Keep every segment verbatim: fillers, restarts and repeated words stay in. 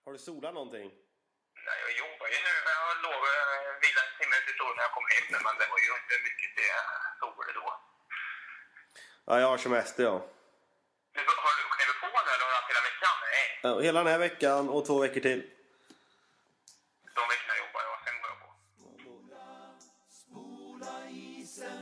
Har du solat någonting? Nej, jag jobbar ju nu. Jag lovar vila en timme till sol när jag kommer hem. Men det var ju inte mycket till sol då. Ja, jag har semester, ja. Du, har du knivit på nu eller har du haft hela veckan? Nej. Ja, hela den här veckan och två veckor till. De veckorna jobbar jag, sen går jag på. Spola isen,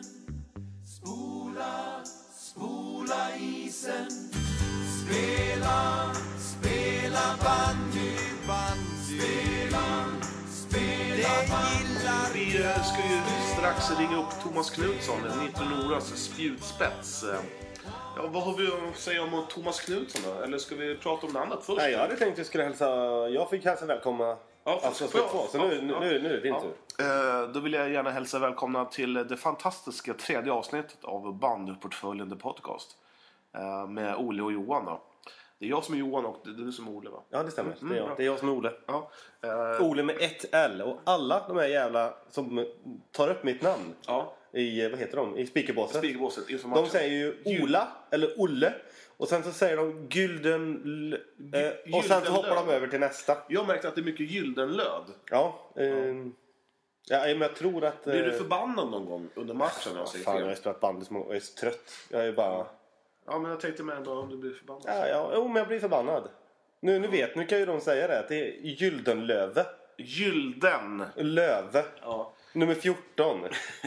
spola, spola isen. Spela, spela bandy, bandy. Spela, spela bandy. Vi ska ju strax ringa upp Thomas Knutsson, nitton Noras spjutspets. Ja, vad har vi att säga om Thomas Knutsson då? Eller ska vi prata om något annat först? Nej, jag hade tänkt att jag skulle hälsa... Jag fick hälsa välkomna. Ja, alltså, för, två. Så nu, ja, nu, ja. nu, nu är det din ja. tur. Eh, då vill jag gärna hälsa välkomna till det fantastiska tredje avsnittet av Bandyportföljen The Podcast. Eh, med Ole och Johan då. Det är jag som är Johan och det är du som är Ole, va? Ja, det stämmer. Mm, det, är jag. bra. det är jag som är Ole. Ja. Eh, Ole med ett L. Och alla de här jävla som tar upp mitt namn ja. i, vad heter de? I speakerbåset. Speakerbåset inför De matchen. säger ju Ola eller Olle. Och sen så säger de Gylden... L- eh, och sen så hoppar de över till nästa. Jag märkte att det är mycket gyldenlöd. Ja. Eh, ja, men jag tror att... Eh, Blir du förbannad någon gång under matchen? När jag säger fan, fel? jag har spelat bandy så många- jag är så trött. Jag är bara... Ja, men jag tänkte med ändå om du blir förbannad. Ja, ja, jo, men jag blir förbannad. Nu, nu vet, nu kan ju de säga det. Att det är Gyldenlöve. Gylden. Löve. Ja. Nummer fjorton.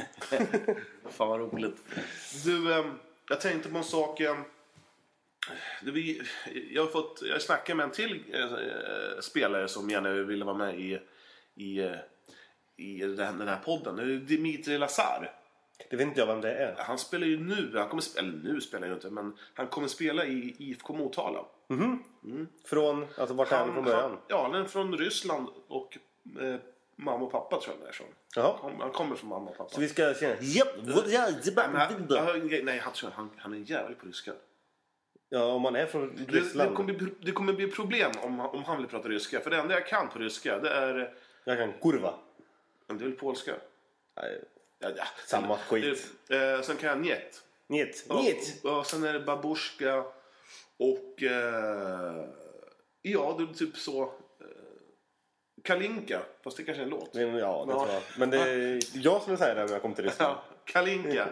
Fan vad roligt. Du, eh, jag tänkte på en sak. Eh, det vi, jag har fått, jag snackade med en till eh, spelare som gärna ville vara med i, i, eh, i den, den här podden. Det är Dimitri Lazar. Det vet inte jag vem det är. Han spelar ju nu, han kommer, eller nu spelar han ju inte, men han kommer spela i I F K Motala. Mhm. Mm. Från, alltså vart är han från början? Han, ja, han är från Ryssland och eh, mamma och pappa tror jag det är från. Jaha. Han, han kommer från mamma och pappa. Så vi ska känna... Japp, vad är det? Nej, men han- jag har en grej- nej, han, tror jag- han, han är jävligt på ryska. Ja, om man är från Det, det, Ryssland. kommer bli, det kommer bli problem om, om han vill prata ryska. För det enda jag kan på ryska, det är... Jag kan kurva. Men det är väl polska? Nej, Ja, ja. samma skit. Det, eh, sen kan jag njet. Njet. Ja, Njet. och, och sen är det babushka. Och... Eh, ja, det är typ så... Eh, Kalinka. Fast det kanske är en låt. Ja, det Ja. tror jag. Men det är jag som vill säga det när jag kommer till Ryssland. Ja, Kalinka.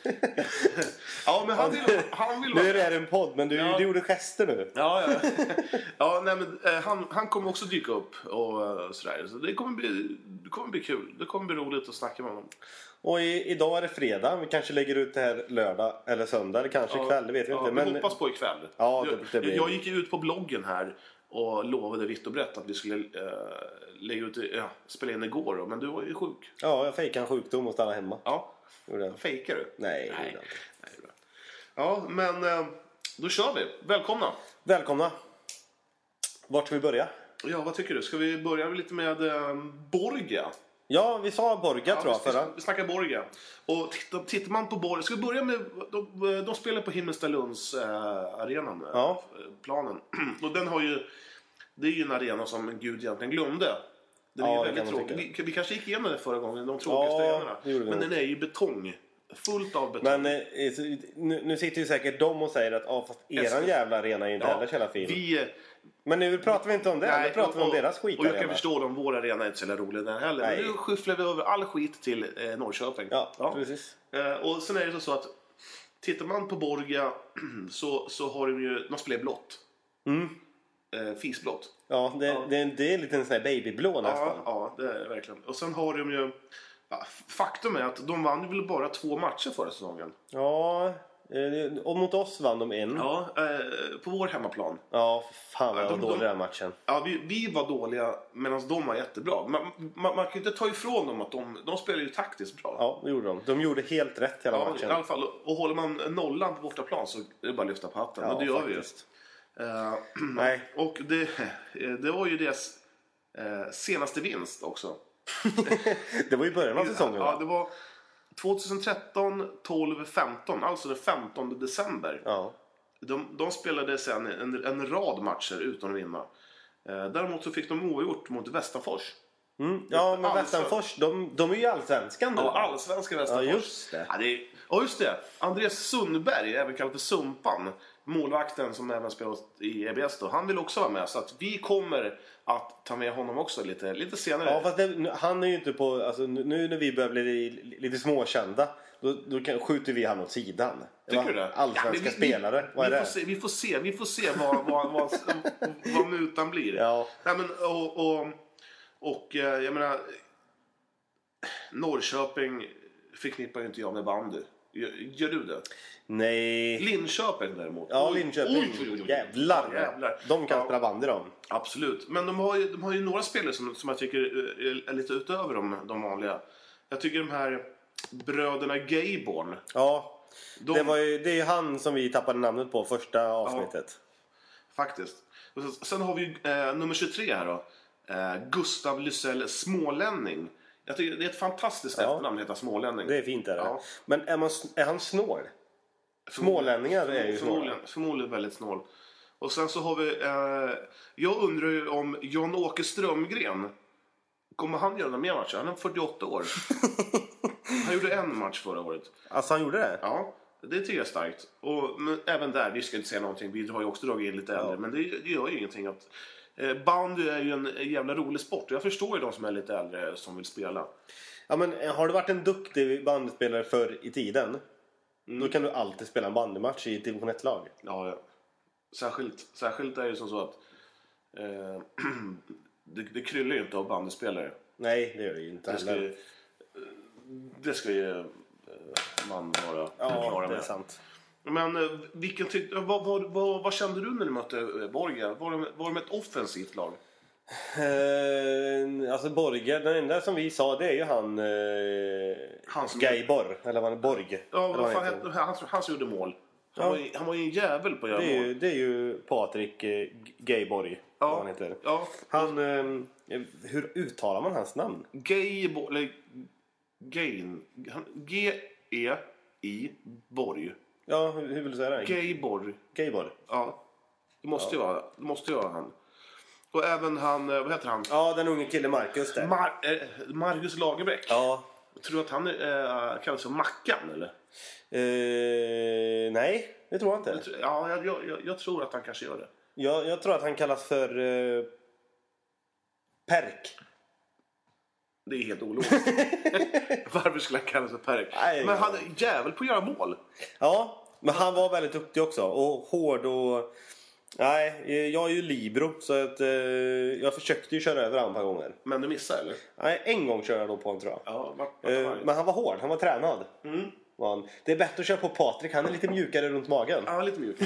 Ja, men han vill, han vill Nu vara... är det här en podd, men du, Ja. du gjorde gester nu. Ja, ja. Ja, nej, men, eh, han, han kommer också dyka upp och eh, sådär. Så det kommer, bli, det kommer bli kul. Det kommer bli roligt att snacka med honom. Och i, idag är det fredag. Vi kanske lägger ut det här lördag eller söndag. Eller kanske Ja, kväll, det vet vi ja, inte. Vi Men hoppas på ikväll. Ja, det- jag, det blir- jag gick ju ut på bloggen här och lovade vitt och brett att vi skulle äh, lägga ut, ja, spela in igår. Då, men du var ju sjuk. ja, jag fejkade en sjukdom och stannade hemma. Ja, Gjorde jag. fejkar du? Nej, Nej. gjorde jag inte. Nej, bra. Ja, men äh, då kör vi. Välkomna. Välkomna. Vart ska vi börja? Ja, vad tycker du? Ska vi börja lite med äh, Borgia? Ja, vi sa Borga tror jag vi, förra. vi snackar Borgia. Och titta, tittar man på Borgia... Ska vi börja med... De, de spelar på Himmelstalunds äh, arenan. äh, Ja. Planen. Och den har ju... Det är ju en arena som Gud egentligen glömde. Den Ja, är det ju väldigt kan man tråkig. tycka. Vi, vi kanske gick igenom det förra gången. De tråkigaste Ja, arenorna. det gjorde vi Men nog. den är ju betong. Fullt av betong. Men eh, så, nu, nu sitter ju säkert de och säger att ah, fast eran S- jävla arena är inte heller så jävla fin. vi... Men nu pratar vi inte om det. Nu pratar vi om deras Och jag kan skitarena. förstå dem. Vår arena är inte så jävla rolig den heller. Nej. Men nu skyfflar vi över all skit till eh, Norrköping. Ja, precis. Eh, och sen är det så att tittar man på Borgia så, så har de ju, de spelar blått. Mm. Eh, fisblått. Ja, det, Ja. Det, det är en liten sån här babyblå nästan. Ja, ja, det är det verkligen. Och sen har de ju, ja, faktum är att de vann ju väl bara två matcher förra säsongen. Ja, eh, och mot oss vann de en. Ja, Ja, eh, på vår hemmaplan. fan vad Ja, de- de, dålig de- den matchen. Ja, vi, vi var dåliga medan de var jättebra. Man, man, man kan ju inte ta ifrån dem att de, de spelar ju taktiskt bra. Ja, det gjorde de. De gjorde helt rätt hela Ja, matchen. i alla fall. Och håller man nollan på bortaplan så är det bara att lyfta på hatten. Ja, Men det gör faktiskt. vi ju. Eh, Nej. Och det, det var ju deras eh, senaste vinst också. Det var ju början av säsongen. Ja, va? det var tjugohundratretton, tolv, femton. Alltså den femtonde december. Ja. De, de spelade sen en, en rad matcher utan att vinna. Eh, däremot så fick de oavgjort mot Västerfors. Mm. Ja, men Västanfors, de, de är ju allsvenskan nu. Ja, allsvenska Västanfors. Ja, just det. Ja, det är, ja, just det. Andreas Sundberg, även kallad för Sumpan, målvakten som även spelat i E B S då, han vill också vara med. Så att vi kommer att ta med honom också lite, lite senare. Ja, fast det, han är ju inte på... Alltså, nu när vi börjar bli lite småkända, då, då kan, skjuter vi han åt sidan. Tycker du det? Allsvenska ja, vi, spelare. Vi, Vad är vi, det? får se, vi får se, vi får se vad, vad, vad, vad mutan blir. Ja. Nej, men, och, och, och jag menar, Norrköping förknippar ju inte jag med bandy. Gör, gör du det? Nej. Linköping däremot. Ja, Linköping. Oj, oj, oj, oj. Jävlar. Ja, jävlar. De kan Ja. spela bandy de. Absolut. Men de har ju, de har ju några spelare som, som jag tycker är, är lite utöver de, de vanliga. Jag tycker de här bröderna Gayborn. Ja. De, Det, var ju, det är ju han som vi tappade namnet på första avsnittet. Faktiskt. Och sen, sen har vi eh, nummer tjugotre här då. Eh, Gustav Lysell Smålänning. Jag tycker det är ett fantastiskt Ja. efternamn, heter Smålänning. Det är fint är det. Ja. Men är, man, är han snål? Smålänningar är ju snåla. förmodligen, förmodligen väldigt snål. Och sen så har vi... Eh, jag undrar ju om Jan-Åke Strömgren, kommer han göra några mer matcher? Han är fyrtioåtta år. Han gjorde en match förra året. Alltså han gjorde det? Ja, det tycker jag är starkt. Och, men även där, vi ska inte säga någonting. Vi har ju också dragit in lite äldre. Ja. Men det, det gör ju ingenting. Att, eh, bandy är ju en jävla rolig sport. Jag förstår ju de som är lite äldre som vill spela. Ja, men har du varit en duktig bandyspelare förr i tiden, Mm. då kan du alltid spela en bandymatch i ett division ett-lag. Ja, ja. Särskilt, särskilt är det ju som så att eh, det, det kryllar ju inte av bandyspelare. Nej, det gör det ju inte Det ska heller. ju, det ska ju eh, man vara Ja, klara det är med. sant. Men eh, vilken tyck, vad, vad, vad, vad kände du när du mötte eh, Borga? Var de, var de ett offensivt lag? Eh, alltså Borger, den enda som vi sa, det är ju han... Eh, Han som- Gaibor, eller vad han är, Borg. Ja, eller vad vad fan han hette heter. han? Han som gjorde mål. Han, Ja. var, ju- han var ju en jävel på att göra Det är, mål. ju, det är ju Patrik eh, Gayborg, Ja. vad han heter. Ja, Han, eh, hur uttalar man hans namn? Gay... Eller... Gain... G-E-I... Borg. Ja, hur, hur vill du säga det? Gayborg. Gayborg. Ja. Det måste ju vara, det måste ju vara han. Och även han... eh, Vad heter han? Ja, den unge killen Marcus där. Mar- eh, Marcus Lagerbäck. Ja. Tror du att han eh, kallas för Mackan, eller? Eh, nej, det tror jag inte. Jag tror- Ja, jag, jag, jag tror att han kanske gör det. Jag, jag tror att han kallas för eh, Perk. Det är helt ologiskt. Varför skulle han kallas för Perk? Nej, Men ja. han är jävel på att göra mål. Ja, men han var väldigt duktig också. Och hård och... Nej, jag är ju libero. Så att, eh, jag försökte ju köra över han ett par gånger. Men du missade, eller? Nej, en gång körde jag då på honom tror jag. Ja, vart, vart Eh, var han? men han var hård, han var tränad. Mm. Var han. Det är bättre att köra på Patrik, han är lite mjukare runt magen. Ja, lite mjuk.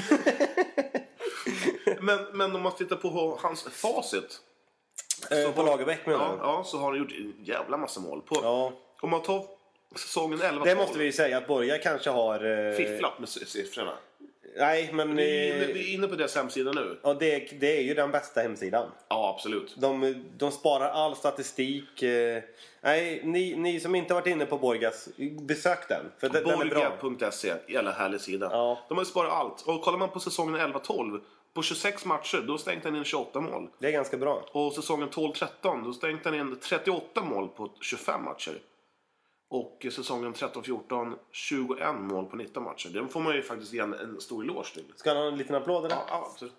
men, men om man tittar på hans facit. Eh, så på har- Lagerbäck menar ja, du? ja, så har han gjort en jävla massa mål. På, Ja. Om man tar säsongen elva Det måste vi ju säga att Borga kanske har... Eh, fifflat med siffrorna. Nej, men... Vi, Eh, vi är inne på deras hemsida nu. ja, det, det är ju den bästa hemsidan. Ja, absolut. De, de sparar all statistik. Eh, nej, ni, ni som inte har varit inne på Borgas, besök den. För den, den är bra. Borga punkt se, jävla härlig sida. Ja. De har ju sparat allt. Och kollar man på säsongen elva tolv, på tjugosex matcher, då stängde han in tjugoåtta mål. Det är ganska bra. Och säsongen tolv tretton, då stängde han in trettioåtta mål på tjugofem matcher. Och säsongen tretton fjorton, tjugoett mål på nitton matcher. Den får man ju faktiskt ge en, en stor eloge till. Ska han ha en liten applåd eller? Ja, ja, absolut.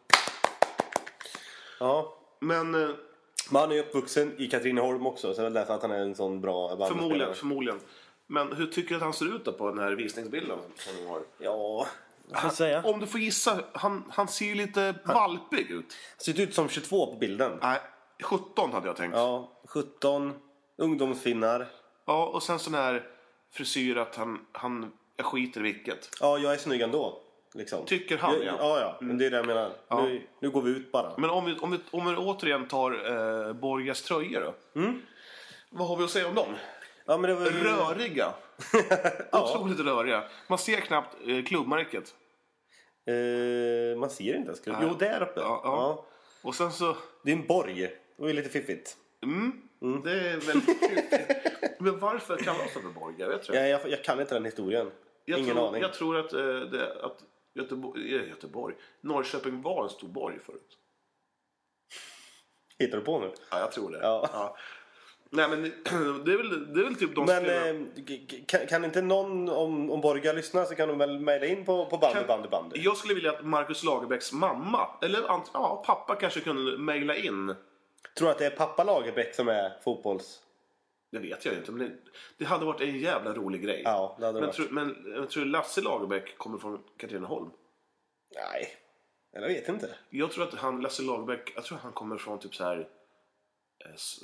Ja. Men eh, Men han är ju uppvuxen i Katrineholm också. Så det är väl därför att han är en sån bra bandyspelare. förmodligen, förmodligen. Men hur tycker du att han ser ut då på den här visningsbilden som de har? Ja, vad ska jag säga? Om du får gissa, han, han ser ju lite valpig ut. Ser ut som tjugotvå på bilden. Nej, sjutton hade jag tänkt. Ja, Ja, sjutton. Ungdomsfinnar. och sen sån här frisyr att han, han jag skiter i vilket. Ja, jag är snygg ändå. Liksom. Tycker han, ja. ja. Ja, ja. Men det är det jag menar. Ja. Nu, nu går vi ut bara. Men om vi, om vi, om vi återigen tar eh, Borgas tröjor då. Mm. Vad har vi att säga om dem? Ja, men det var ju... Röriga. Ja. Otroligt röriga. Man ser knappt eh, klubbmärket. Eh, man ser inte ens klubb. Nej. Jo, där uppe. Ja, ja. Och sen så... Det är en borg. Det är lite fiffigt. Mm, det är väldigt kul. Men varför kallas det för Borga? Vet du? Jag, jag, jag kan inte den historien. Jag Ingen tror, aning. Jag tror att, eh, det, att Göteborg, eh, Göteborg, Norrköping var en stor borg förut. Hittar du på nu? Ja, jag tror det. Ja. Ja. Nej, men det är väl, det är väl typ de Men spelar... eh, kan, kan inte någon, om, om Borga lyssnar så kan de väl mejla in på, på bandy, Kan- bandy, bandy. Jag skulle vilja att Marcus Lagerbäcks mamma, eller ant- ja, pappa kanske kunde mejla in. Tror att det är pappa Lagerbäck som är fotbolls... Det vet jag inte, men det, det hade varit en jävla rolig grej. Ja, det hade det men, varit. tro, men jag tror Lasse Lagerbäck kommer från Katrineholm. Nej, jag vet inte. Jag tror att han, Lasse Lagerbäck, jag tror att han kommer från typ så här... Eh, s-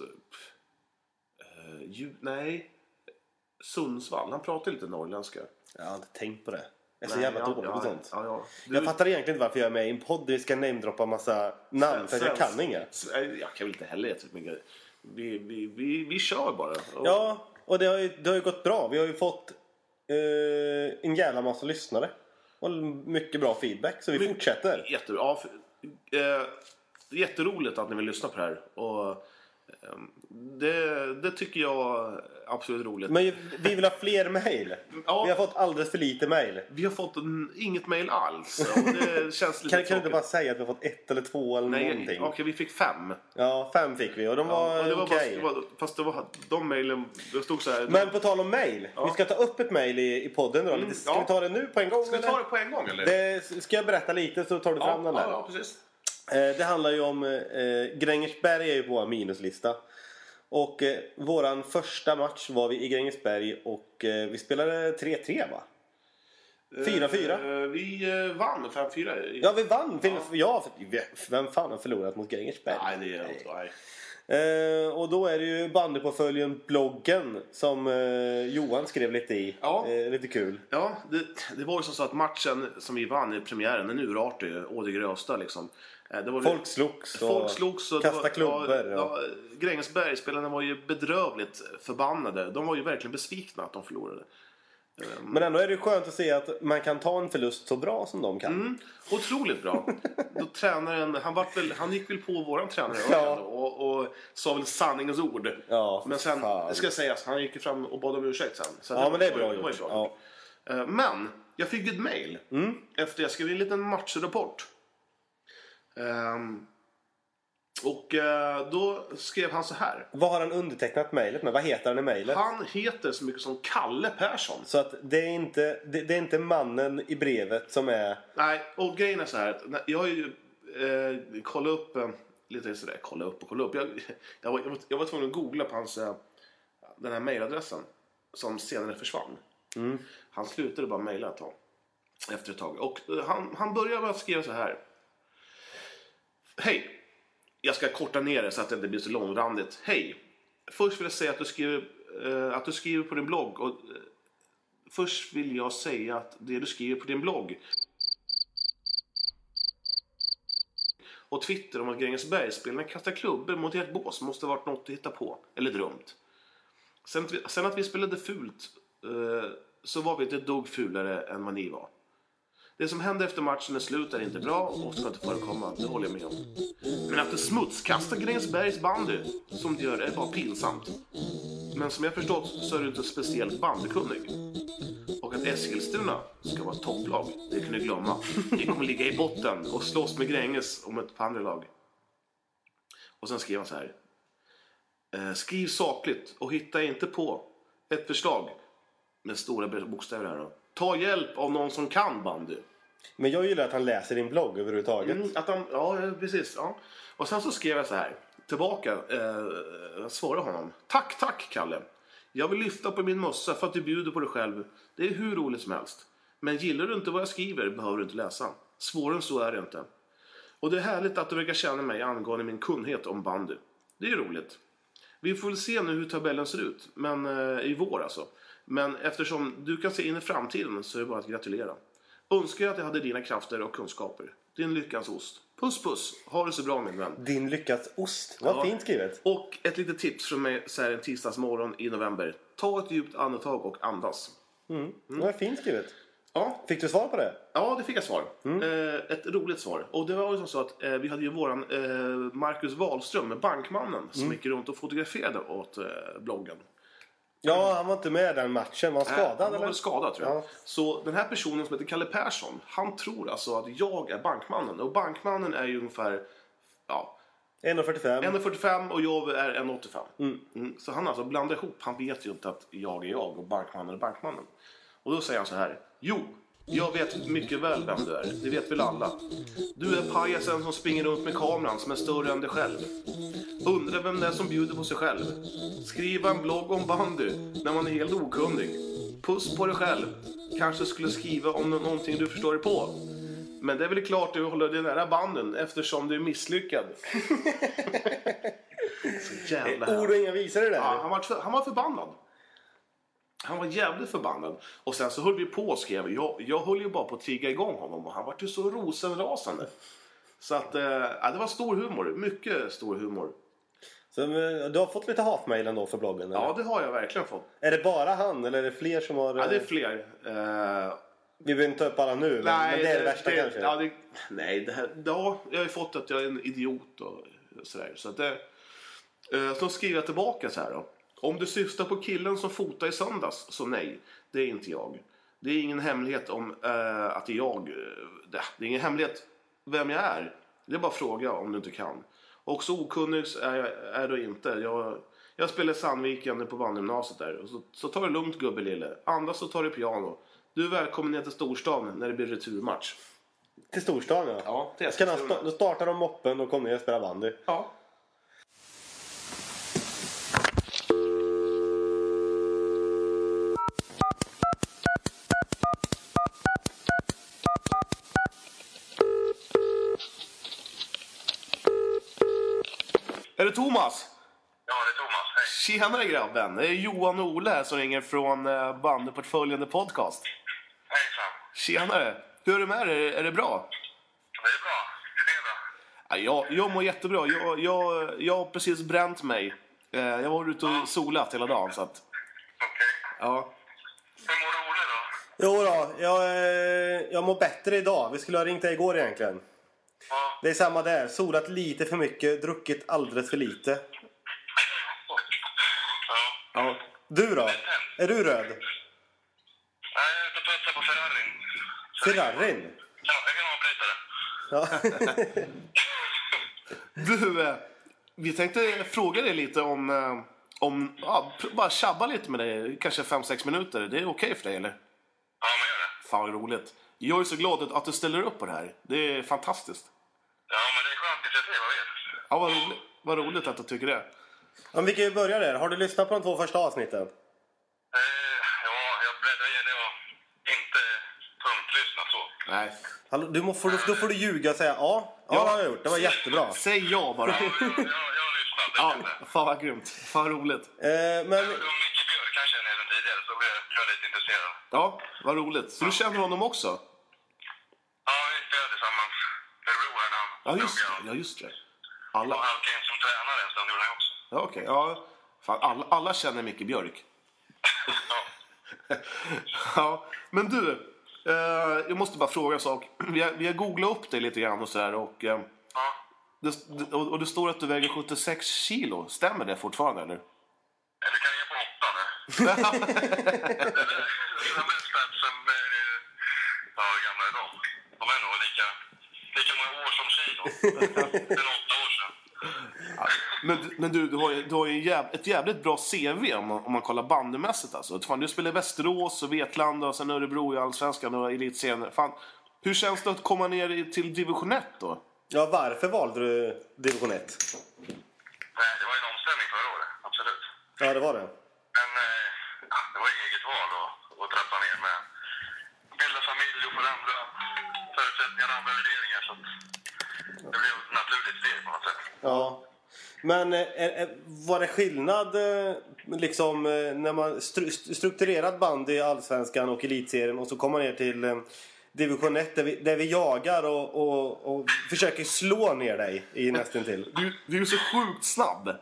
eh, ju, nej, Sundsvall. Han pratar lite norrländska. Jag har inte tänkt på det. Jag är så Nej, jävla ja, dålig ja, på sånt. Ja, ja. Du, Jag fattar egentligen inte varför jag är med i en podd där vi ska namedroppa massa namn, för jag svensk- kan inga. s- Jag kan väl inte heller jättemycket mycket. Vi, vi, vi, vi kör bara. Och- Ja, och det har ju, det har ju gått bra. Vi har ju fått eh, en jävla massa lyssnare. Och mycket bra feedback, så vi My- fortsätter. Jättebra. Ja, för, eh, jätteroligt att ni vill lyssna på det här. Och, eh, det, det tycker jag är absolut roligt. Men vi vill ha fler mejl. Ja. Vi har fått alldeles för lite mejl. Vi har fått en, inget mejl alls. Och det känns lite Kan, kan du inte tråkigt. bara säga att vi har fått ett eller två eller Nej, någonting? okej, vi fick fem. Ja, fem fick vi och de var Ja, och det var okej. bara, det var, fast det var, de mejlen, det stod så här. Men på tal om mejl. Vi ska ta upp ett mejl i, i podden då. Lite, ska ja. vi ta det nu på en gång? Ska vi eller? ta det på en gång eller? Det, ska jag berätta lite så tar du fram ja, den där? ja, ja, precis. Eh, Det handlar ju om eh, Grängesberg är ju på vår minuslista. Och eh, våran första match var vi i Grängesberg och eh, vi spelade tre tre va? fyra fyra. Eh, vi eh, vann fem fyra. Ja, vi vann. Ja. Ja, för, vem fan har förlorat mot Grängesberg? Nej, det är inte. Nej. Eh, och då är det ju bandyportföljen bloggen som eh, Johan skrev lite i. Ja. Eh, lite kul. Ja, det, det var ju så att matchen som vi vann i premiären, den urartade ju å det grövsta liksom. Eh, Det var Folk slogs och Folk slogs och kastade det var, klubbor. Ja, och... ja, Grängesbergsspelarna var ju bedrövligt förbannade. De var ju verkligen besvikna att de förlorade. Men ändå är det ju skönt att se att man kan ta en förlust så bra som de kan. Mm, otroligt bra. Då tränaren, han, vart väl, han gick väl på våran tränare Ja. och, och sa väl sanningens ord. Ja, Men sen, fan. det ska sägas, han gick ju fram och bad om ursäkt sen. Så Ja, men det är var- bra det var ju gjort. bra. Ja. Eh, Men, jag fick ett mejl Mm. efter jag skrev en liten matchrapport. Ehm, och eh, då skrev han så här. Vad har han undertecknat mejlet med? Vad heter han i mejlet? Han heter så mycket som Kalle Persson. Så att det är, inte, det, det är inte mannen i brevet som är... Nej, och grejen är så här. att när- Jag har ju eh, kollat upp, eh, lite sådär, kolla upp och kolla upp. Jag, jag, var, jag, var, jag var tvungen att googla på hans, eh, den här mejladressen som senare försvann. Mm. Han slutade bara mejla ett tag, efter ett tag. Och eh, han, han började med att skriva så här. Hej! Jag ska korta ner det så att det inte blir så långrandigt. Hej! Först vill jag säga att du skriver, eh, att du skriver på din blogg. Och, eh, först vill jag säga att det du skriver på din blogg och Twitter om att Grängesbergsspelarna kastar klubbor mot ert bås måste ha varit något att hitta på. Eller drömt. Sen att vi, sen att vi spelade fult eh, så var vi inte ett dugg fulare än vad ni var. Det som hände efter matchen är slut är inte bra och ska inte förekomma, det håller jag med om. Men att det smutskastar Grängesbergs bandy som det gör är bara pinsamt. Men som jag förstått så är du inte speciellt bandykunnig. Och att Eskilstuna ska vara ett topplag, det kan du glömma. Vi kommer ligga i botten och slåss med Gränges om ett par andra lag. Och sen skrev han så här. Eh, skriv sakligt och hitta inte på ett förslag med stora bokstäver här då. Ta hjälp av någon som kan bandy. Men jag gillar att han läser din blogg överhuvudtaget. Mm, att han, ja, precis. Ja. Och sen så skrev jag så här. Tillbaka. Eh, jag svarade honom. Tack, tack Kalle. Jag vill lyfta på min mössa för att du bjuder på dig själv. Det är hur roligt som helst. Men gillar du inte vad jag skriver behöver du inte läsa. Svårare än så är det inte. Och det är härligt att du verkar känna mig angående min kunnighet om bandy. Det är roligt. Vi får väl se nu hur tabellen ser ut. Men eh, i vår alltså. Men eftersom du kan se in i framtiden så är det bara att gratulera. Önskar jag att jag hade dina krafter och kunskaper. Din lyckans ost. Puss puss. Ha det så bra min vän. Din lyckats ost. Vad Ja. fint skrivet. Och ett litet tips från mig så här en tisdagsmorgon i november. Ta ett djupt andetag och andas. Mm. Det var fint skrivet. Ja, Fick du svar på det? ja det fick jag svar. Eh, ett roligt svar. Och det var ju som så att eh, vi hade ju våran eh, Marcus Wahlström, bankmannen, som gick runt och fotograferade åt eh, bloggen. Ja, han var inte med den matchen. Var han skadad Han var eller? väl skadad tror jag. Ja. Så den här personen som heter Kalle Persson, han tror alltså att jag är bankmannen. Och bankmannen är ju ungefär, ja, en fyrtiofem. en fyrtiofem och jag är en åttiofem. Mm. Mm. Så han alltså blandar ihop. Han vet ju inte att jag är jag och bankmannen är bankmannen. Och då säger han så här. Jo, jag vet mycket väl vem du är. Det vet väl alla. Du är pajasen som springer runt med kameran som är större än dig själv. Undrar vem det är som bjuder på sig själv. Skriva en blogg om bandy när man är helt okunnig. Puss på dig själv. Kanske skulle skriva om någonting du förstår dig på. Men det är väl klart att du håller dig nära banden eftersom du är misslyckad. Så jävla ord och inga visor det där. Ja, han, var, han var förbannad. Han var jävligt förbannad. Och sen så höll vi på och skrev. Jag, jag höll ju bara på att trigga igång honom. Och han var ju så rosenrasande. Så att eh, det var stor humor. Mycket stor humor. Så du har fått lite hatmejl ändå för bloggen? Eller? Ja, det har jag verkligen fått. Är det bara han eller är det fler som har... Ja, det är fler. Eh, Vi behöver inte ta upp alla nu, men, nej, men det är det, det värsta det, kanske. Ja, det, nej, det här, ja, jag har ju fått att jag är en idiot och sådär. Så att det, eh, så skriver jag tillbaka så här då. Om du syftar på killen som fotar i söndags, så nej, det är inte jag. Det är ingen hemlighet om eh, att det är jag. Det, det är ingen hemlighet vem jag är. Det är bara fråga om du inte kan. Och så okunnig är jag är du inte. Jag, jag spelar Sandviken på bandgymnasiet där. Och så, så tar det lugnt, gubbe lille. Andra så tar det piano. Du är välkommen ner till storstan när det blir returmatch. Till storstan, ja. Ja, till Ska han sta- då startar de moppen och kommer ner och spelar bandy. Ja. Är det Thomas? Ja, det är Thomas. Hej. Tjenare grabben, det är Johan och Ole här som ringer från Bandyportföljen podcast. Hejsan. Tjenare, hur är det med dig? Är det bra? Det är bra. Hur är det? Ja, jag, jag mår jättebra, jag, jag, jag har precis bränt mig. Jag var ute och solat hela dagen så att... Okej. Ja. Hur mår du, Ole, då? Jo då, jag, eh, jag mår bättre idag. Vi skulle ha ringt dig igår egentligen. Ja. Det är samma där. Solat lite för mycket, druckit alldeles för lite. Ja. Ja. Du då? Är du röd? Nej, jag är ute och putsar på Ferrarin. Ferrarin? Ja, jag kan avbryta det. Ja. Du, eh, vi tänkte fråga dig lite om... eh, om ja, pr- bara tjabba lite med dig, kanske fem sex minuter. Det är okej för dig, eller? Ja, men gör det. Fan vad roligt. Jag är så glad att, att du ställer upp på det här. Det är fantastiskt. Ja, men det är skönt initiativ, vad vet. Ja, vad roligt, vad roligt att du tycker det. Om vi kan ju börja där. Har du lyssnat på de två första avsnitten? Eh, ja, jag bläddrar i det och inte punktlyssna så. Nej. Hallå, du må, får, då får du ljuga och säga ja. Ja, det har jag gjort. Det var jättebra. Säg ja bara. Ja, jag, jag, jag har lyssnat, det Ja, kan det. fan vad grymt. Fan vad roligt. Eh, men Om Micke Björk kanske är sedan tidigare så blir jag lite intresserad. Ja, vad roligt. Så du känner honom också? Ja, vi spelar tillsammans. Örebro här när han Ja, just stod det. Ja, just det. och Alla. halkade in som tränare en stund gjorde han också. Ja, okej. Ja, fan, alla, alla känner Micke Björk. Ja. Ja, men du. Eh, jag måste bara fråga en sak. Vi har, vi har googlat upp dig lite grann och sådär. Och, eh, Ja. det, och, och det står att du väger sjuttiosex kilo. Stämmer det fortfarande, eller? Eller kan jag ge på åtta nu? De bästa som ja, gamla idag. De är nog lika, lika många år som kilo. Det är åtta år sedan. Men, men du, du har ju, du har ju jäv, ett jävligt bra C V om man, om man kollar bandymässigt. Alltså. Fan, du spelar i Västerås och Vetlanda och sen Örebro i Allsvenskan och Elitserien. Fan, hur känns det att komma ner i- till division ett då? ja, varför valde du division ett? Nej, det var ju en omställning förra året, absolut. Ja, det var det. Men eh, ja, det var ju eget val att, att trappa ner med bilda familj och få andra förutsättningar och andra värderingar. Så att det blev ett naturligt steg på något sätt. Ja. Men eh, eh, var det skillnad eh, liksom eh, när man stru- strukturerad band i Allsvenskan och Elitserien och så kommer man ner till eh, division ett där vi, där vi jagar och, och, och försöker slå ner dig i nästan till. Du, du är ju så sjukt snabb. Ja,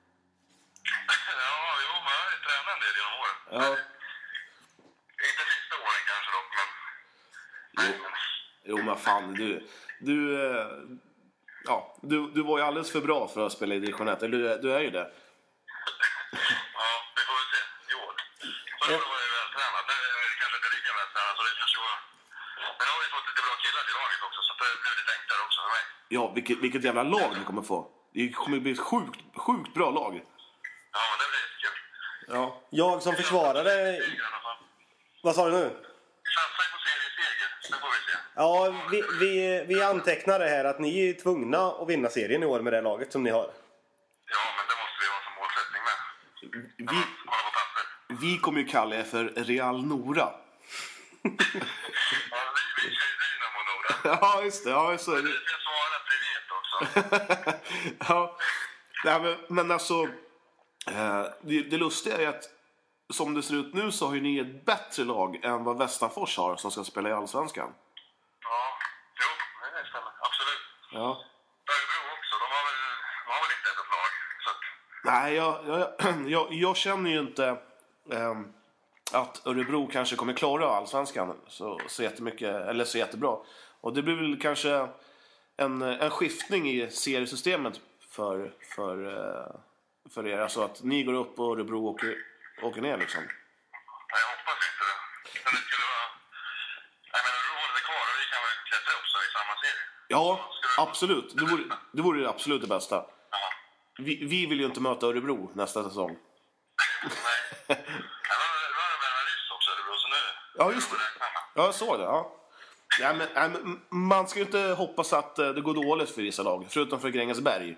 jo, man har ju tränat en del genom åren. Ja. Inte sista åren kanske dock, men... Jo, jo men fan, du... Du, eh, ja, du, du var ju alldeles för bra för att spela i division ett. Eller du, du är ju det. Ja, vi får väl se i år. Förra året var jag vältränad. Nu är det kanske inte lika vältränad, så det kanske var... Men nu har vi fått lite bra killar till laget också, så det blir lite enklare också för mig. Ja, vilket, vilket jävla lag du kommer få. Det kommer bli ett sjukt, sjukt bra lag. Ja, men det blir kul. Ja. Jag som försvarare... Vad sa du nu? Chansar på serieseger, det får vi se. Ja, vi, vi, vi antecknar det här att ni är tvungna att vinna serien i år med det laget som ni har. Ja, men det måste vi ha som målsättning med. Vi, Kolla på papper. vi kommer ju kalla er för Real Nora. Ja, vi, vi kör ju Dynamo Nora. Ja, just det. Ja, just det. Vi ska svara att vi vet också. Ja, nej, men, men alltså eh, det, det lustiga är att som det ser ut nu så har ju ni ett bättre lag än vad Västerfors har som ska spela i Allsvenskan. Ja, jo, det stämmer. Absolut. Ja. Örebro också, de har väl, de har väl inte ett lag. Så att, Nej, jag, jag, jag, jag känner ju inte eh, att Örebro kanske kommer klara Allsvenskan så, så jättemycket, eller så jättebra. Och det blir väl kanske en, en skiftning i seriesystemet för, för, eh, för er. Alltså att ni går upp och Örebro åker, åker ner liksom. ja, jag hoppas inte det. Men det skulle vara... Jag menar, Örebro är kvar och vi kan väl klättra upp så i samma serie. Ja, absolut. Det vore, det vore det absolut det bästa. Ja. Vi, vi vill ju inte möta Örebro nästa säsong. Nej. Ja, det var det med Ryss också, Örebro, så nu... Ja, just det. Ja, jag såg det. Ja. Ja, men, nej, men man ska ju inte hoppas att eh, det går dåligt för vissa lag, förutom för Grängesberg.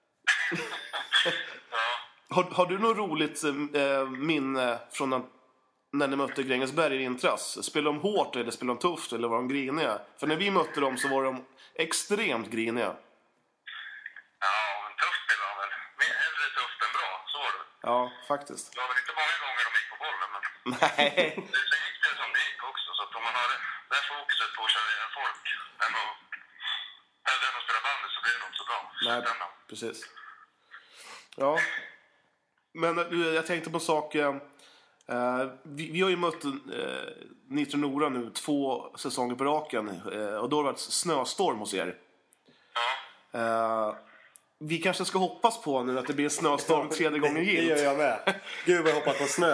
har, har du något roligt eh, minne från en, när ni mötte Grängesberg i vintras? Spelade de hårt eller spelade de tufft eller var de griniga? För när vi mötte dem så var de extremt griniga. Ja, men tufft spelade han väl. Mer hellre tufft än bra, så var det. Ja, faktiskt. Det var väl inte många gånger de gick på bollen, men... Nej. Det så gick det som det gick också, så att om man har det där fokuset på att köra ihjäl folk än att, hellre än att spela bandet så blir det nog inte så bra. Nej, precis. Ja. Men eh, jag tänkte på en sak. Eh, vi, vi har ju mött eh, Nitro Nora nu två säsonger på raken. Eh, och då har det varit snöstorm hos er. Ja. Eh, vi kanske ska hoppas på nu att det blir en snöstorm tredje gången Det gilt. gör jag med. Gud vad jag hoppas på snö.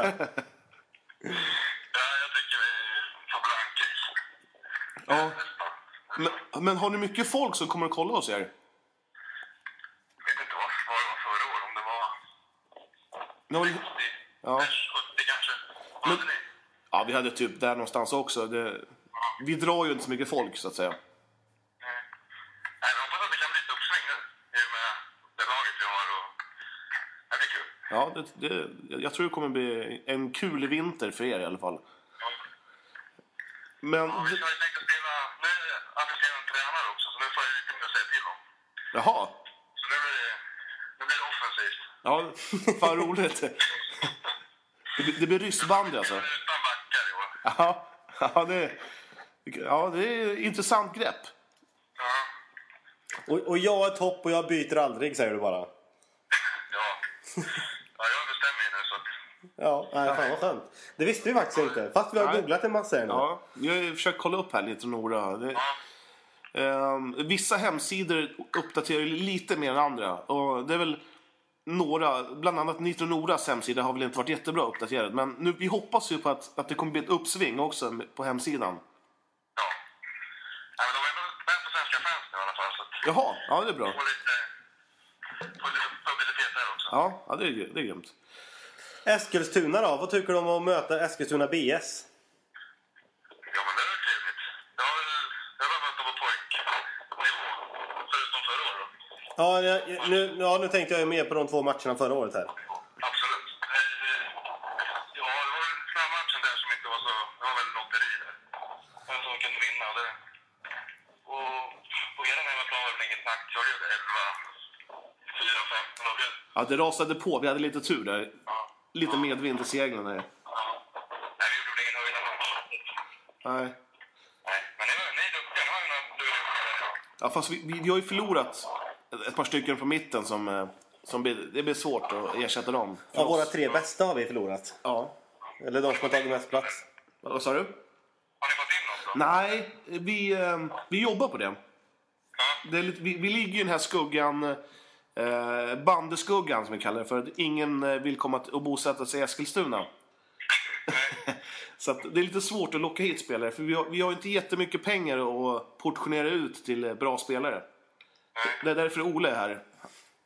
Ja, jag tycker vi får blankis. Ja. Men, men har ni mycket folk som kommer att kolla hos er? Jag vet inte vad, vad det var förra år, om det var Ni har, sextio, ja. sjuttio kanske. Vad Men- hade ni? Ja, vi hade typ där någonstans också. Det, vi drar ju inte så mycket folk så att säga. Nej. Nej, men jag hoppas att det kan bli ett uppsving nu. I och med det laget vi har och... Det blir kul. Ja, det, det, jag tror det kommer bli en kul vinter för er i alla fall. Ja. Men, Ja, vi ska ju tänka spela... Nu är jag assisterande tränare också, så nu får jag lite mer att säga till om. jaha. Så nu blir det, nu blir det offensivt. Ja, fan roligt. Det, blir- det blir ryssbandy alltså. Utan backar i år. Ja, ja, det, ja, det är ett intressant grepp. Ja. Och, och jag är topp och jag byter aldrig, säger du bara. Ja. Ja, jag bestämmer ju nu så att... Ja, nej, fan vad skönt. Det visste vi faktiskt inte. Fast vi har Nej. googlat en massa här nu. Ja, jag har försökt kolla upp här lite Nora. Det, Ja. ehm, vissa hemsidor uppdaterar ju lite mer än andra. Och det är väl några, bland annat Nitro Noras hemsida har väl inte varit jättebra uppdaterad. Men nu, vi hoppas ju på att, att det kommer bli ett uppsving också på hemsidan. Ja. Nej, men de är väl med på svenska fans nu i alla fall, så att... Jaha, ja det är bra. Få lite... Få lite publicitet där också. Ja, ja det, är, det är grymt. Eskilstuna då? Vad tycker du om att möta Eskilstuna B S? Ja, men det är väl trevligt. Jag har väl... Jag har mött dem på pojknivå. Förutom förra året då. Ja, jag, nu, ja, nu tänkte jag ju mer på de två matcherna förra året här. Absolut. Eh, Ja, det var väl den här matchen där som inte var så... Det var väl lotteri där. Vem som kunde vinna. Det... Och på era hemmaplan var det väl inget snack. Jag blev elva, fyra, fem. Och blev... Ja, det rasade på. Vi hade lite tur där. Ja. Lite medvind i seglen där. Ja. Nej, vi gjorde väl ingen höjdarmatch. Nej. Nej, men ni, ni är duktiga. Ni har ju några luriga. Ja, fast vi, vi, vi har ju förlorat ett par stycken från mitten som, eh, som blir, det blir svårt att ersätta dem. För Av våra oss. tre bästa har vi förlorat. Ja. Eller de som har tagit mest plats. Vad vad sa du? Har ni fått in något då? Nej, vi, eh, vi jobbar på det. Ja. det är lite, vi, vi ligger i den här skuggan, eh, bandeskuggan som vi kallar det för. Att ingen eh, vill komma till- och bosätta sig i Eskilstuna. Så att det är lite svårt att locka hit spelare. För vi har, vi har inte jättemycket pengar att portionera ut till eh, bra spelare. Det är därför Ole är här.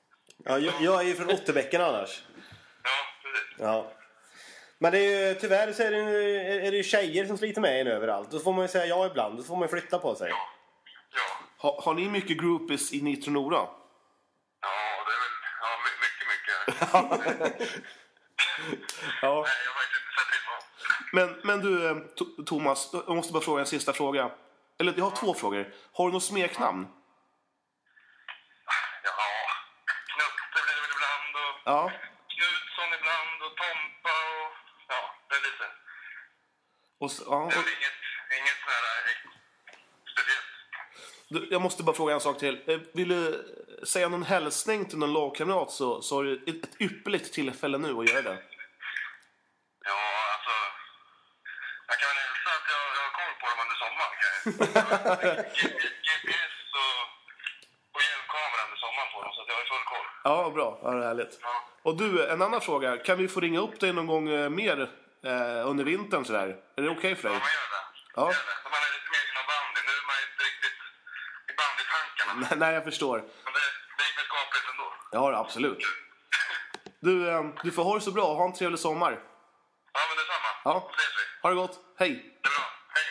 Ja, jag, jag är ju från Otterbäcken annars. Ja, precis. Ja. Men det är ju, tyvärr så är det, ju, är det ju tjejer som sliter med en överallt. Då får man ju säga ja ibland. Då får man ju flytta på sig. Ja. Ja. Ha, har ni mycket groupies i Nitro Nora? Ja, det är väl ja, my- mycket, mycket. Ja. Nej, jag har faktiskt inte sett det på. Men, men du, eh, To- Thomas, jag måste bara fråga en sista fråga. Eller jag har två frågor. Har du något smeknamn? Ja, Knutte blir det väl ibland och Ja. Knutsson ibland och Tompa och ja, det är lite. Och, s- ja, Det är och, väl inget, inget sån här eh, speciellt. du, jag måste bara fråga en sak till. Eh, Vill du säga någon hälsning till någon lagkamrat så, så har du ett, ett ypperligt tillfälle nu att göra det. Ja, alltså. Jag kan väl hälsa att jag, jag har koll på dem under sommaren. G P S och, och hjälpkamera under sommaren på dem, så att jag har full koll. Ja, bra. Ja, det är härligt. Ja. Och du, en annan fråga. Kan vi få ringa upp dig någon gång eh, mer eh, under vintern sådär? Är det okej för Ja, dig? man gör det. Ja. Gör det. När man är lite mer inom bandy. Nu är man inte riktigt i bandytankarna. Nej, nej, jag förstår. Men det, det gick väl skapligt ändå. Ja, absolut. Du, eh, du får ha det så bra. Ha en trevlig sommar. Ja, men detsamma. Ja. Då ses vi. Ha det gott. Hej. Det är bra. Hej.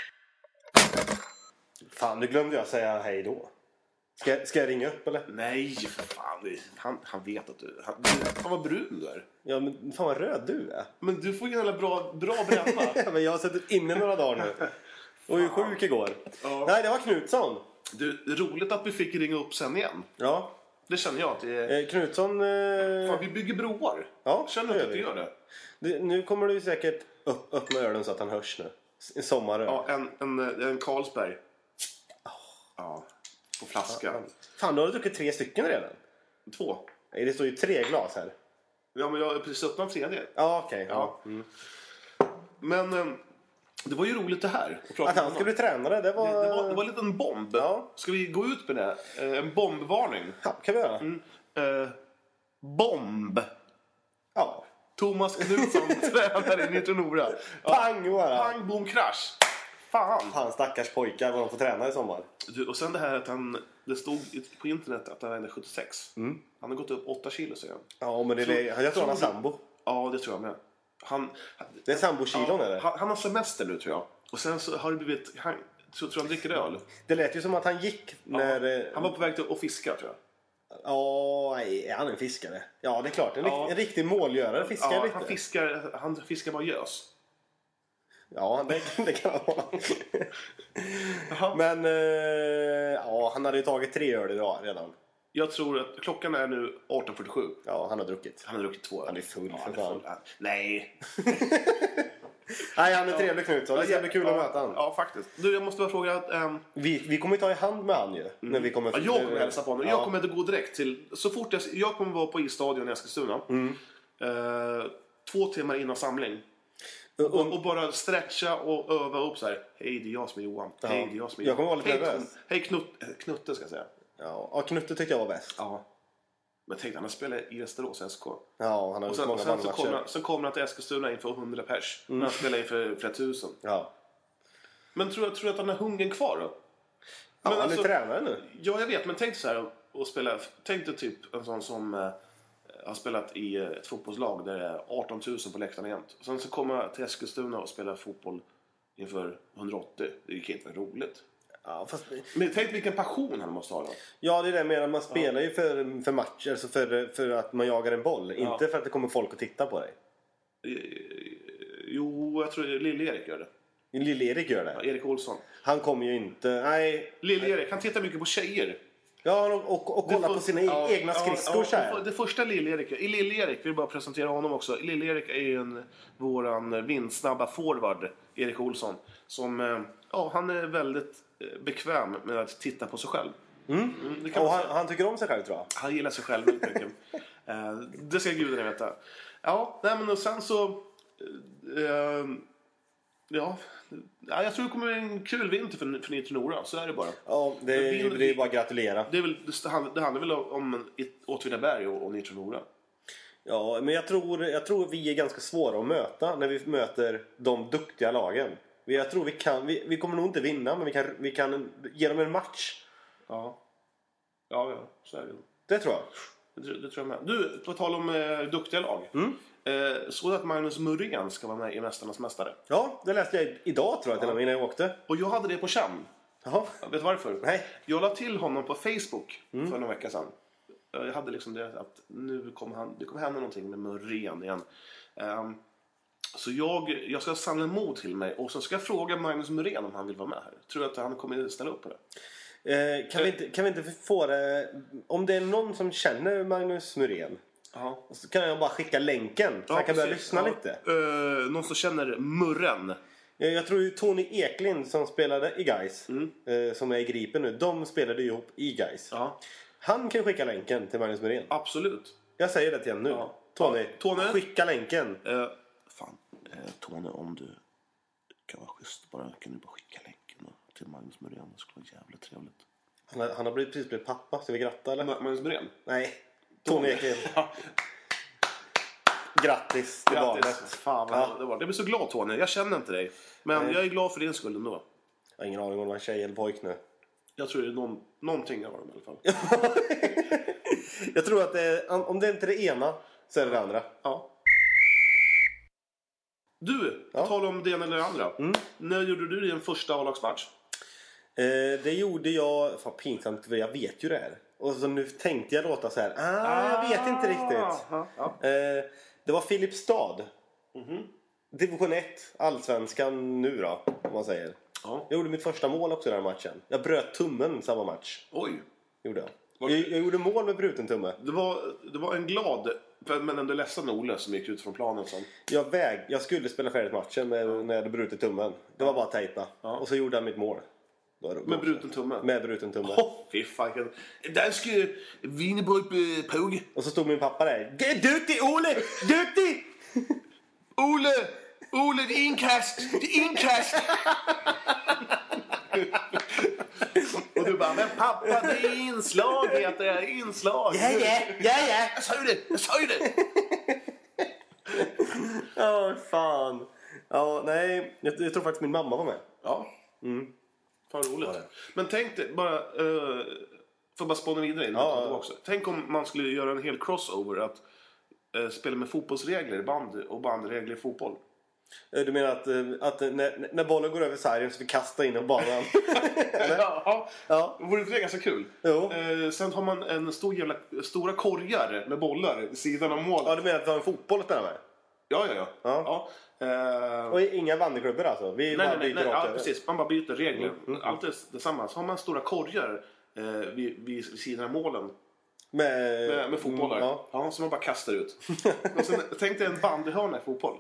Fan, nu glömde jag säga hej då. Ska, ska jag ringa upp eller? Nej, för fan. det- Han, han vet att du... Han, du fan vad brun du är. Ja, men fan vad röd du är. Men du får ju en jävla bra, bra bränna. Ja, men jag har suttit inne några dagar nu. Och är sjuk igår. Ja. Nej, det var Knutsson. Du, roligt att vi fick ringa upp sen igen. Ja. Det känner jag att det är... Eh, Knutsson... Eh, Fan, vi bygger broar. Ja, Känner det du gör att du vi. gör det? det, nu kommer du säkert upp, öppna öronen så att han hörs nu. En sommaröl. Ja, en, en, en Carlsberg. Ja, på flaska. Fan, då har du druckit tre stycken redan. Två. Nej, det står ju tre glas här. Ja, men jag har precis öppnat en tredje. Ja, okej. Ja. Ja. Mm. Men eh, det var ju roligt det här. Att prata Att med han honom. skulle träna det, det var... det, det, var, det var en liten bomb. Ja. Ska vi gå ut med det? Eh, En bombvarning. Ja, kan vi göra. Mm. Eh, bomb. Ja. Thomas Knutsson tränar i Nitro Nora. Ja. Pang bara! Pang, bom, krasch. Fan. Fan, stackars pojkar vad de får träna i sommar. Du, och sen det här att han... Det stod på internet att han är sjuttiosex. Mm. Han har gått upp åtta kilo, säger han. Ja, men det är, jag tror han har tror du- sambo. Ja, det tror jag med. Han, Det är sambokilon ja, är det. han, han har semester nu, tror jag. Och sen så har det blivit... Han, så tror jag han dricker öl. Det lät ju som att han gick när... Ja, eh, han var på väg till att fiska, tror jag. Ja, nej, är han en fiskare? Ja, det är klart. En, Ja. rikt, en riktig målgörare fiskar Ja, lite. han fiskar, han fiskar bara gös. Ja, det, det kan han vara. Jaha. Men eh, ja, han hade ju tagit tre öl idag redan. Jag tror att klockan är nu arton fyrtiosju. Ja, han har druckit. Han har druckit två öl. Han är full, Ja, för han är fan. full. Han- Nej. Nej, han är trevlig Knutsson. Det är jävligt kul att möta honom. Ja, faktiskt. Du, jag måste bara fråga... Um, Vi, vi kommer ju ta i hand med han ju. När vi kommer, ja, jag kommer hälsa på honom. Ja. Jag kommer att gå direkt till... Så fort jag... Jag kommer vara på isstadion i Eskilstuna. Mm. Eh, två timmar innan samling. Och- Och, och bara stretcha och öva upp så här. Hej, det är jag som är Johan. Ja. Hej, det är jag som är Jag kommer Johan. vara lite Hej, nervös. Tom. Hej Knut, eh, Knutte, ska jag säga. Ja, ja, Knutte tyckte jag var bäst. Ja. Men tänk, han har spelat i Västerås S K. Ja, han har Och gjort sen, många sen, så bandmatcher. kommer han, sen kommer han till Eskilstuna inför hundra pers. Mm. Han spelar inför flera tusen. Ja, Men tror, tror du att han har hungern kvar då? ja Men han alltså- är tränare nu. Ja, jag vet. Men tänk så här och spela. Tänk dig typ en sån som eh, har spelat i eh, ett fotbollslag där det är arton tusen på läktaren jämt. Och sen så kommer jag till Eskilstuna och spelar fotboll inför hundraåttio. Det kan inte vara roligt. Ja, fast, Men tänk vilken passion han måste ha då. ja, det är det med att man spelar ju för, för matcher, alltså för, för att man jagar en boll. Ja. Inte för att det kommer folk att titta på dig. Eh, Jo, jag tror Lill-Erik gör det. Lill-Erik gör Ja, det. Erik Olsson. Han kommer ju inte... Nej. Lill-Erik, han tittar mycket på tjejer. Ja, och, och, och kolla Det på för- sina ja, egna ja, skridskor ja, så här. det- Det första Lill-Erik, i Lill-Erik vill jag bara presentera honom också. Lill-Erik är ju en, våran vindsnabba forward, Erik Olsson. Som, eh, ja, han är väldigt eh, bekväm med att titta på sig själv. Mm, det kan Och man han, säga. han tycker om sig själv, tror jag. Han gillar sig själv väldigt mycket. eh, det ska gudarna veta. Ja, nej, men och sen så... Eh, eh, ja, ja, jag tror det kommer bli en kul vinter för, för Nitro Nora. Så är det bara. Ja, det, Men är- vi- det är bara att gratulera. Det, är väl, det, handlar, det handlar väl om Åtvidaberg och, och Nitro Nora. Ja, men jag tror, jag tror vi är ganska svåra att möta när vi möter de duktiga lagen. Vi- Jag tror vi kan, vi, vi kommer nog inte vinna, men vi kan, vi kan ge dem en match. Ja. Ja, ja, så är det. Det tror jag. Det, det tror jag med. Du, på tal om eh, duktiga lag. Mm. Eh, såg att Magnus Muren ska vara med i Mästarnas mästare? Ja, det läste jag idag tror jag till och med innan jag åkte. Och jag hade det på känn. Jaha. Vet du varför? Nej. Jag la till honom på Facebook för några veckor sedan. Jag hade liksom det att nu kommer han, det kommer hända någonting med Muren igen. Um, så jag, jag ska samla mod till mig och så ska jag fråga Magnus Muren om han vill vara med här. Tror du att han kommer ställa upp på det? Eh, kan, vi inte, kan vi inte få det... Om det är någon som känner Magnus Muren Ja. så kan jag bara skicka länken så Ja, han kan börja precis. lyssna Ja. lite. Uh, någon som känner Murren. Eh, Jag tror ju Tony Eklind som spelade i Gais, Mm. eh, som är i Gripen nu, de spelade ju ihop i Gais. Ja, Han kan skicka länken till Magnus Muren. absolut. Jag säger det till honom nu. Ja. Tony, Ja, Tony. skicka länken. Uh, fan, uh, Tony, om du kan vara schysst bara, kan du bara skicka länken till Magnus Muren. Det skulle vara jävligt trevligt. Han har, han har blivit, precis blivit pappa, ska vi gratta eller? Ma- Magnus Muren? Nej, Tony Eklind. Grattis till barnet. Grattis. Fan vad Ja. det var. Jag blir så glad Tony. Jag känner inte dig. Men Nej. jag är glad för din skull ändå. Jag har ingen aning om det var tjej eller pojk nu. Jag tror det är någon, någonting av dem i alla fall. Jag tror att det är, om det inte är det ena så är det det andra. Ja. Du, Ja. på tal om det ena eller det andra. Mm. När gjorde du din första A-lagsmatch? Eh, det gjorde jag... Fan pinsamt, för jag vet ju det här. Och så nu tänkte jag låta så här. Ah, jag vet inte riktigt. Ja, ja. Eh, det var Filipstad. Mhm. Division ett, allsvenskan nu då, om man säger. Ja. Jag gjorde mitt första mål också i den här matchen. Jag bröt tummen samma match. Oj. Gjorde jag. Var- Jag, jag gjorde mål med bruten tumme. Det var, det var en glad men ändå ledsen Ole som gick ut från planen sen. Jag, väg, jag skulle spela färdigt matchen med, när jag hade brutit tummen. Det var bara att tejpa. Ja. Och så gjorde jag mitt mål. Då var det Med bruten tumme. Med bruten tumme. Åh, fy fan. Danske Wienerbröd Påge. Och så stod min pappa där. Duktig Ole! Duktig! Ole! Ole, det är inkast! Det är inkast! Och du bara, men pappa, det är inslag, heter det. Inslag. Ja, ja, ja, ja. Jag sa ju det, jag sa ju det. Ja, fan. Ja, nej. Jag, jag tror faktiskt min mamma var med. Ja. Mm. Fan roligt. Ja, det. Men tänk dig, bara, uh, för bara spåna vidare in. Ja, ja. Också. Tänk om man skulle göra en hel crossover att uh, spela med fotbollsregler i band och bandregler i fotboll. Du menar att, eh, att när, när bollen går över sargen så vi kastar in på banan? Ja, Ja. vore inte det ganska kul? Jo. Eh, sen har man en stor jävla, stora korgar med bollar vid sidan av mål. Ja, du menar att vi har en fotboll att spela med? Ja, ja, ja. Ja. ja. Eh, Och inga bandyklubbor alltså? Vi nej, bara nej, nej, byter nej. rakt Ja, över. precis. Man bara byter regler. Mm, mm, Allt är detsamma. Så har man stora korgar eh, vid, vid sidan av målen. Med, Med, med fotbollar. Mm, ja. Ja, som man bara kastar ut. Och sen, tänk dig en bandyhörna i fotboll.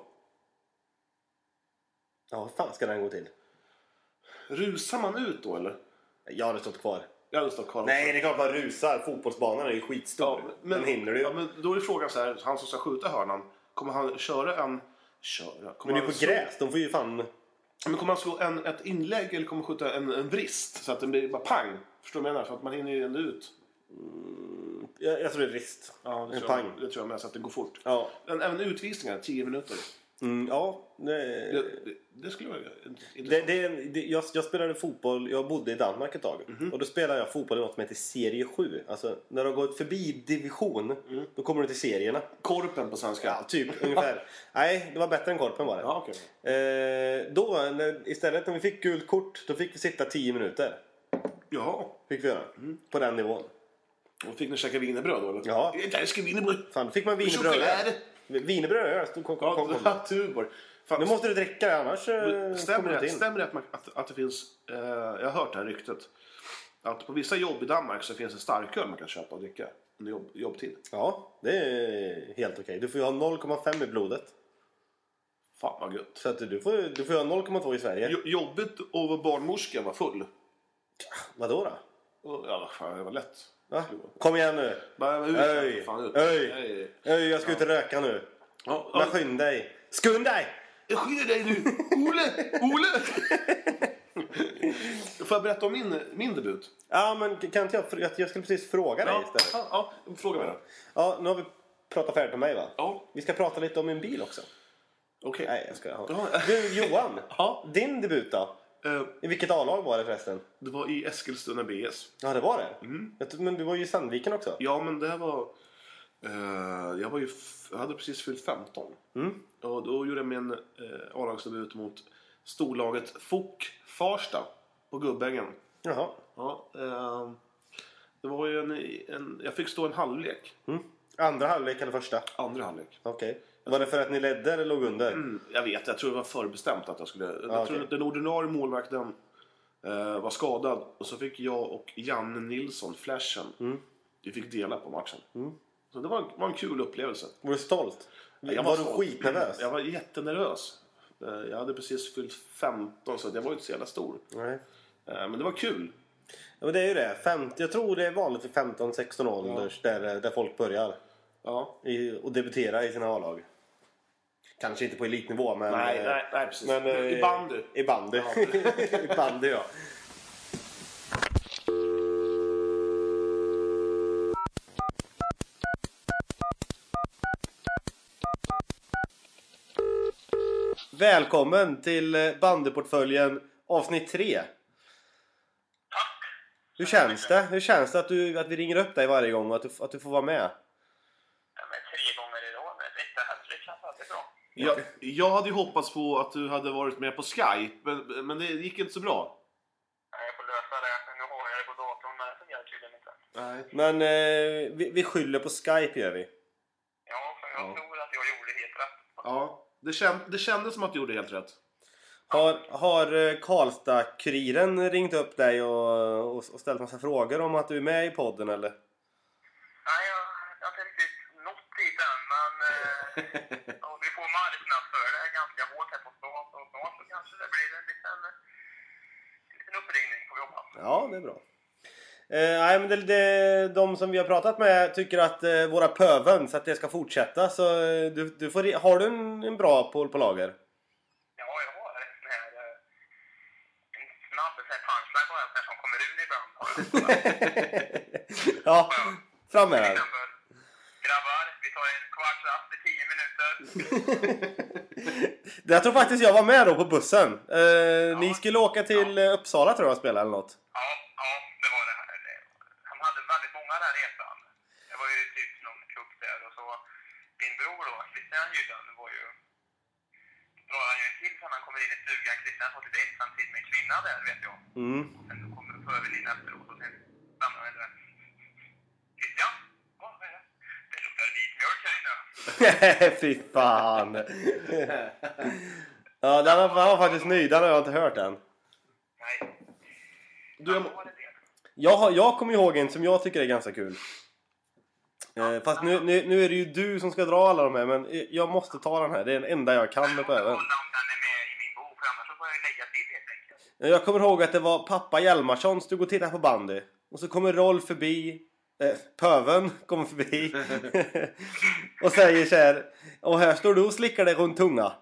Ja, hur fan ska den gå till? Rusar man ut då, eller? Jag hade stått kvar. Jag hade stått kvar. Nej, det är klart man rusar. Fotbollsbanan är ju skitstor. Ja, men, Den hinner du ju. ja, men då är frågan så här, han som ska skjuta hörnan, kommer han köra en... Köra? Men Kommer det är han på slå- gräs. De får ju fan... Men kommer han slå en, ett inlägg eller kommer han skjuta en, en vrist så att den blir bara pang? Förstår du vad jag menar? För att man hinner ju ändå ut. Jag, jag tror det är rist. Ja, det En tror, jag, pang. det tror jag med, så att det går fort. Ja. Men även utvisningar, tio minuter. Mm, ja. Det, Det, det, det skulle vara intressant. det, det, det, jag, jag spelade fotboll. Jag bodde i Danmark ett tag. Mhm. Och då spelade jag fotboll i något som heter serie sju. Alltså när du har gått förbi division. Mm. Då kommer du till serierna. Korpen på svenska. Ja, typ ungefär. Nej, det var bättre än korpen var det. Ja, okej. Eh, då, när, istället när vi fick gult kort, då fick vi sitta tio minuter. Jaha. Fick vi göra. På den nivån. Och fick ni käka wienerbröd då? Eller? Ja. Jag ska wienerbröd. Fan, då fick man wienerbröd. Choklad. Wienerbröd, ja. Kom, kom, kom, kom. Ja, Tuborg. Fan, Nu måste du dricka det, annars eh, stämmer kommer du det, inte in. stämmer det att, man, att, att det finns, eh, jag har hört det här ryktet, att på vissa jobb i Danmark så finns det starköl man kan köpa och dricka under jobb, jobbtid. Ja, det är helt okej. Du får ju ha noll komma fem i blodet. Fan vad gött. Så att du får, du får ju ha noll komma två i Sverige. Jo, jobbigt att vara barnmorska var full. Vadå då? Och, ja, fan, det var lätt. Va? Kom igen nu. Bara ut, Öj, fan ut. öj. Öj. Öj, jag ska ut och röka nu. Ja, Men ja, skynda dig. Skund dig! jag skyddar dig nu. Ole! Ole! Får jag berätta om min, min debut? Ja, men kan inte jag... Jag, jag skulle precis fråga dig Ja, istället. ja, ja, fråga mig då. Ja, nu har vi pratat färdigt om mig va? Ja, Vi ska prata lite om min bil också. okej. Nej, jag ska ha. Ja. Du, Johan. Ja. Din debut då? Eh, I vilket A-lag var det förresten? det var i Eskilstuna B S. Ja, det var det. Jag tror- Men du var ju i Sandviken också. Ja, men det här var... Uh, jag, var ju f- jag hade precis fyllt femton. Mm. Och då gjorde jag min uh, A-lagsdebut mot storlaget Fok Farsta på Gubbängen. Jaha. Ja, uh, det var ju en, en... Jag fick stå en halvlek. Mm. Andra halvlek eller första? Andra halvlek. Okej. Okay. Var det för att ni ledde eller låg under? Mm, jag vet, jag tror det var förbestämt att jag skulle... Ah, jag tror okay. Den ordinarie målvakten uh, var skadad. Och så fick jag och Janne Nilsson, Flashen, mm. vi fick dela på matchen. Mm. Så det var, var en kul upplevelse. Var du stolt? Jag var var du skitnervös? Jag var jättenervös. Jag hade precis fyllt femton så jag var inte så jävla stor. Nej. Men det var kul. Ja, men det är ju det. femtio, jag tror det är vanligt vid femton sexton ålders ja. där, där folk börjar. Ja. I, och debutera i sina A-lag. Kanske inte på elitnivå men... Nej, nej, nej precis. Men, I bandy. I bandy. Ja. I bandy, ja. Välkommen till bandyportföljen avsnitt tre. Tack. Hur känns det? Hur känns det att, du, att vi ringer upp dig varje gång och att du, att du får vara med? Ja, men tre gånger idag med lite häftigt känns alltid bra. Jag, jag hade ju hoppats på att du hade varit med på Skype, men, men det gick inte så bra. Nej, jag får lösa det. Nu har jag det på datorn, men det fungerar tydligen inte. Nej. Men eh, vi, vi skyller på Skype gör vi. Ja, för jag Ja. tror att jag gjorde helt rätt. Ja, det, känd, det kändes som att du gjorde helt rätt. Har, har Karlstad-Kuriren ringt upp dig och, och, och ställt massa frågor om att du är med i podden eller? Nej, jag, jag har inte riktigt nått dit än, men eh, ja, vi får marknadsföra det ganska hårt här på stan. Och snart så kanske det blir en liten, en liten uppringning får vi hoppas. Ja, det är bra. Eh, nej, men det, det, de som vi har pratat med tycker att eh, våra pöven så att det ska fortsätta. Så eh, du, du får, har du en, en bra på, på lager? Ja, jag har en sån här eh, en snabb sån här punchline på en som kommer ut ibland. Ja, fram med den. Grabbar, vi tar en kvart rast i tio minuter. Jag tror faktiskt jag var med då på bussen. Eh, ni skulle åka till eh, Uppsala tror jag och spela eller något. Ja, ja, det var det här. Han hade väldigt många där resan. Det var ju typ någon kupp där och så min bror då, Christian Gyllan, var ju drar han ju en till sen han kommer in i stugan. Christian har fått lite ensamtid med en kvinna där, vet jag. Mm. Och sen kommer föven in efteråt och sen stannar han där. Christian? Vad är det? Det luktar vit mjölk här inne. Fy fan. Ja, den var, han var faktiskt nöjd. Den har jag inte hört än. Nej. Du, jag, Då var det det. Jag, har, jag kommer ihåg en som jag tycker är ganska kul. Eh, fast nu, nu, nu är det ju du som ska dra alla de här. Men jag måste ta den här. Det är den enda jag kan med på även. Jag undrar om den är med i min bok, för annars så får jag lägga till helt enkelt. Jag kommer ihåg att det var pappa Hjalmarsson stod och tittade på bandy. Och så kommer Rolf förbi. Eh, pöven kommer förbi. Och säger så här. Och här står du och slickar dig runt tunga.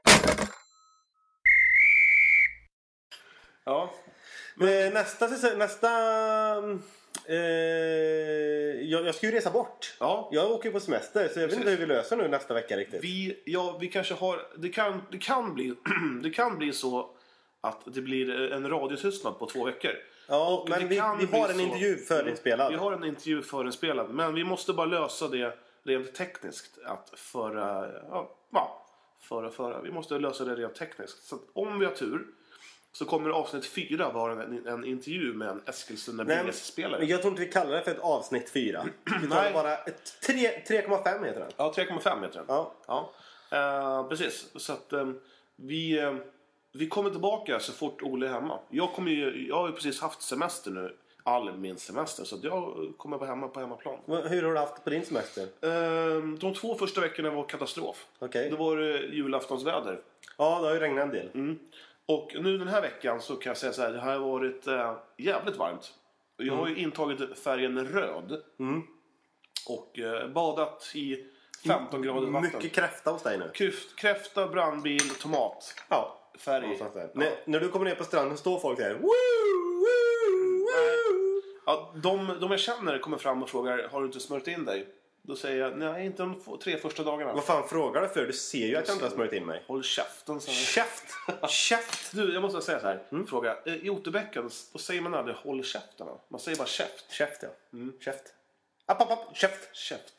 ja. Men nästa säsong, nästa... Eh, jag, jag ska ju resa bort. Ja. Jag åker på semester så jag vet inte hur vi löser nu nästa vecka riktigt. Vi, ja, vi kanske har... Det kan, det kan, bli, det kan bli så att det blir en radiotystnad på två veckor. Ja, Och men det vi, kan vi bli har en så- intervju förinspelad. Vi har en intervju förinspelad. Men vi måste bara lösa det rent tekniskt. Att föra... Ja, ja, föra, föra. Vi måste lösa det rent tekniskt. Så att om vi har tur så kommer avsnitt fyra vara en, en intervju med en Eskilstuna Nej, B S-spelare. men jag tror inte vi kallar det för ett avsnitt fyra. Vi tar Nej. bara ett tre komma fem heter den. Ja, tre komma fem heter den. Ja. Ja. Eh, precis. Så att eh, vi, eh, vi kommer tillbaka så fort Olle är hemma. Jag, kommer ju, jag har ju precis haft semester nu. All min semester. Så att jag kommer vara hemma på hemmaplan. Men hur har du haft det på din semester? Eh, de två första veckorna var katastrof. Okej. Det var det julaftonsväder. Ja, det har ju regnat en del. Mm. Och nu den här veckan så kan jag säga så här. Det har varit eh, jävligt varmt. Jag har ju intagit färgen röd. Mm. Och eh, badat i femton grader vatten. Mycket kräfta hos dig nu. Kräft, kräfta, brandbil, tomat. Ja. Färg. Någonstans där. Ja. När, när du kommer ner på stranden står folk där. Woo, woo, woo. Ja, de, de jag känner kommer fram och frågar: har du inte smörjt in dig? Då säger jag: nej, inte de få- tre första dagarna. Vad fan frågar du för? Du ser ju att jag inte har smörjt in mig. Håll käften. Så här. Käft! Käft! Du, jag måste säga så här. Mm. Fråga. eh, I Otterbäcken, då säger man aldrig håll käften. Man säger bara käft. Käft, ja. Mm. Käft. App, app, app. Käft. Käft.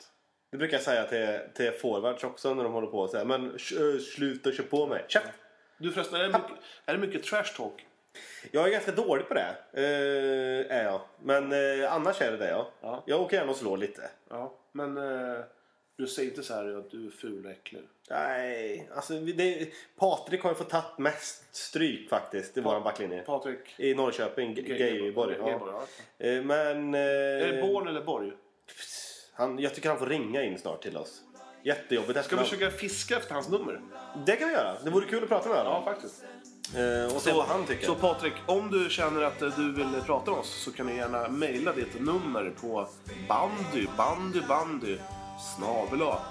Det brukar jag säga till, till forwards också när de håller på och säger men uh, sluta köra på mig. Käft! Du förresten, är det mycket, är det mycket trash talk? Jag är ganska dålig på det. Uh, är jag. Men uh, annars är det det, ja. Ja. Jag åker gärna och slår lite. Ja, men uh, du säger inte så här att du är ful och äcklig. Nej, alltså det, Patrik har ju fått tatt mest stryk faktiskt i våran backlinje. Patrik I Norrköping, Geiborg. Ja. Ja. Uh, men... Uh, Är det Born eller Borg? Han, jag tycker han får ringa in snart till oss. Jättejobbigt. Ska vi försöka fiska efter hans nummer? Det kan vi göra. Det vore kul att prata med honom. Ja, faktiskt. Eh, och se vad han tycker. Så Patrik, om du känner att du vill prata med oss så kan du gärna mejla ditt nummer på bandy, bandy, bandy, snabel-a,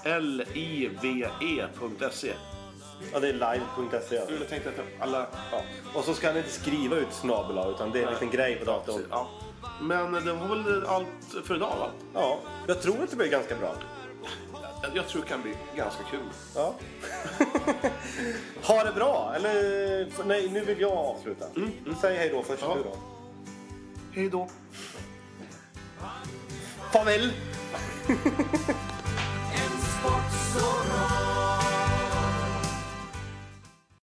live punkt se. Ja, det är live punkt se. Jag tänkte att alla... Ja. Och så ska han inte skriva ut snabel-a utan det är en liten grej på datorn. Ja. Men det var väl allt för idag, va? Ja, jag tror att det blir ganska bra. Jag, jag tror det kan bli ganska kul. Ja. Ha det bra, eller nej, nu vill jag avsluta. Mm. Mm. Säg hej då först. Ja. Du då. Hej då. Farväl.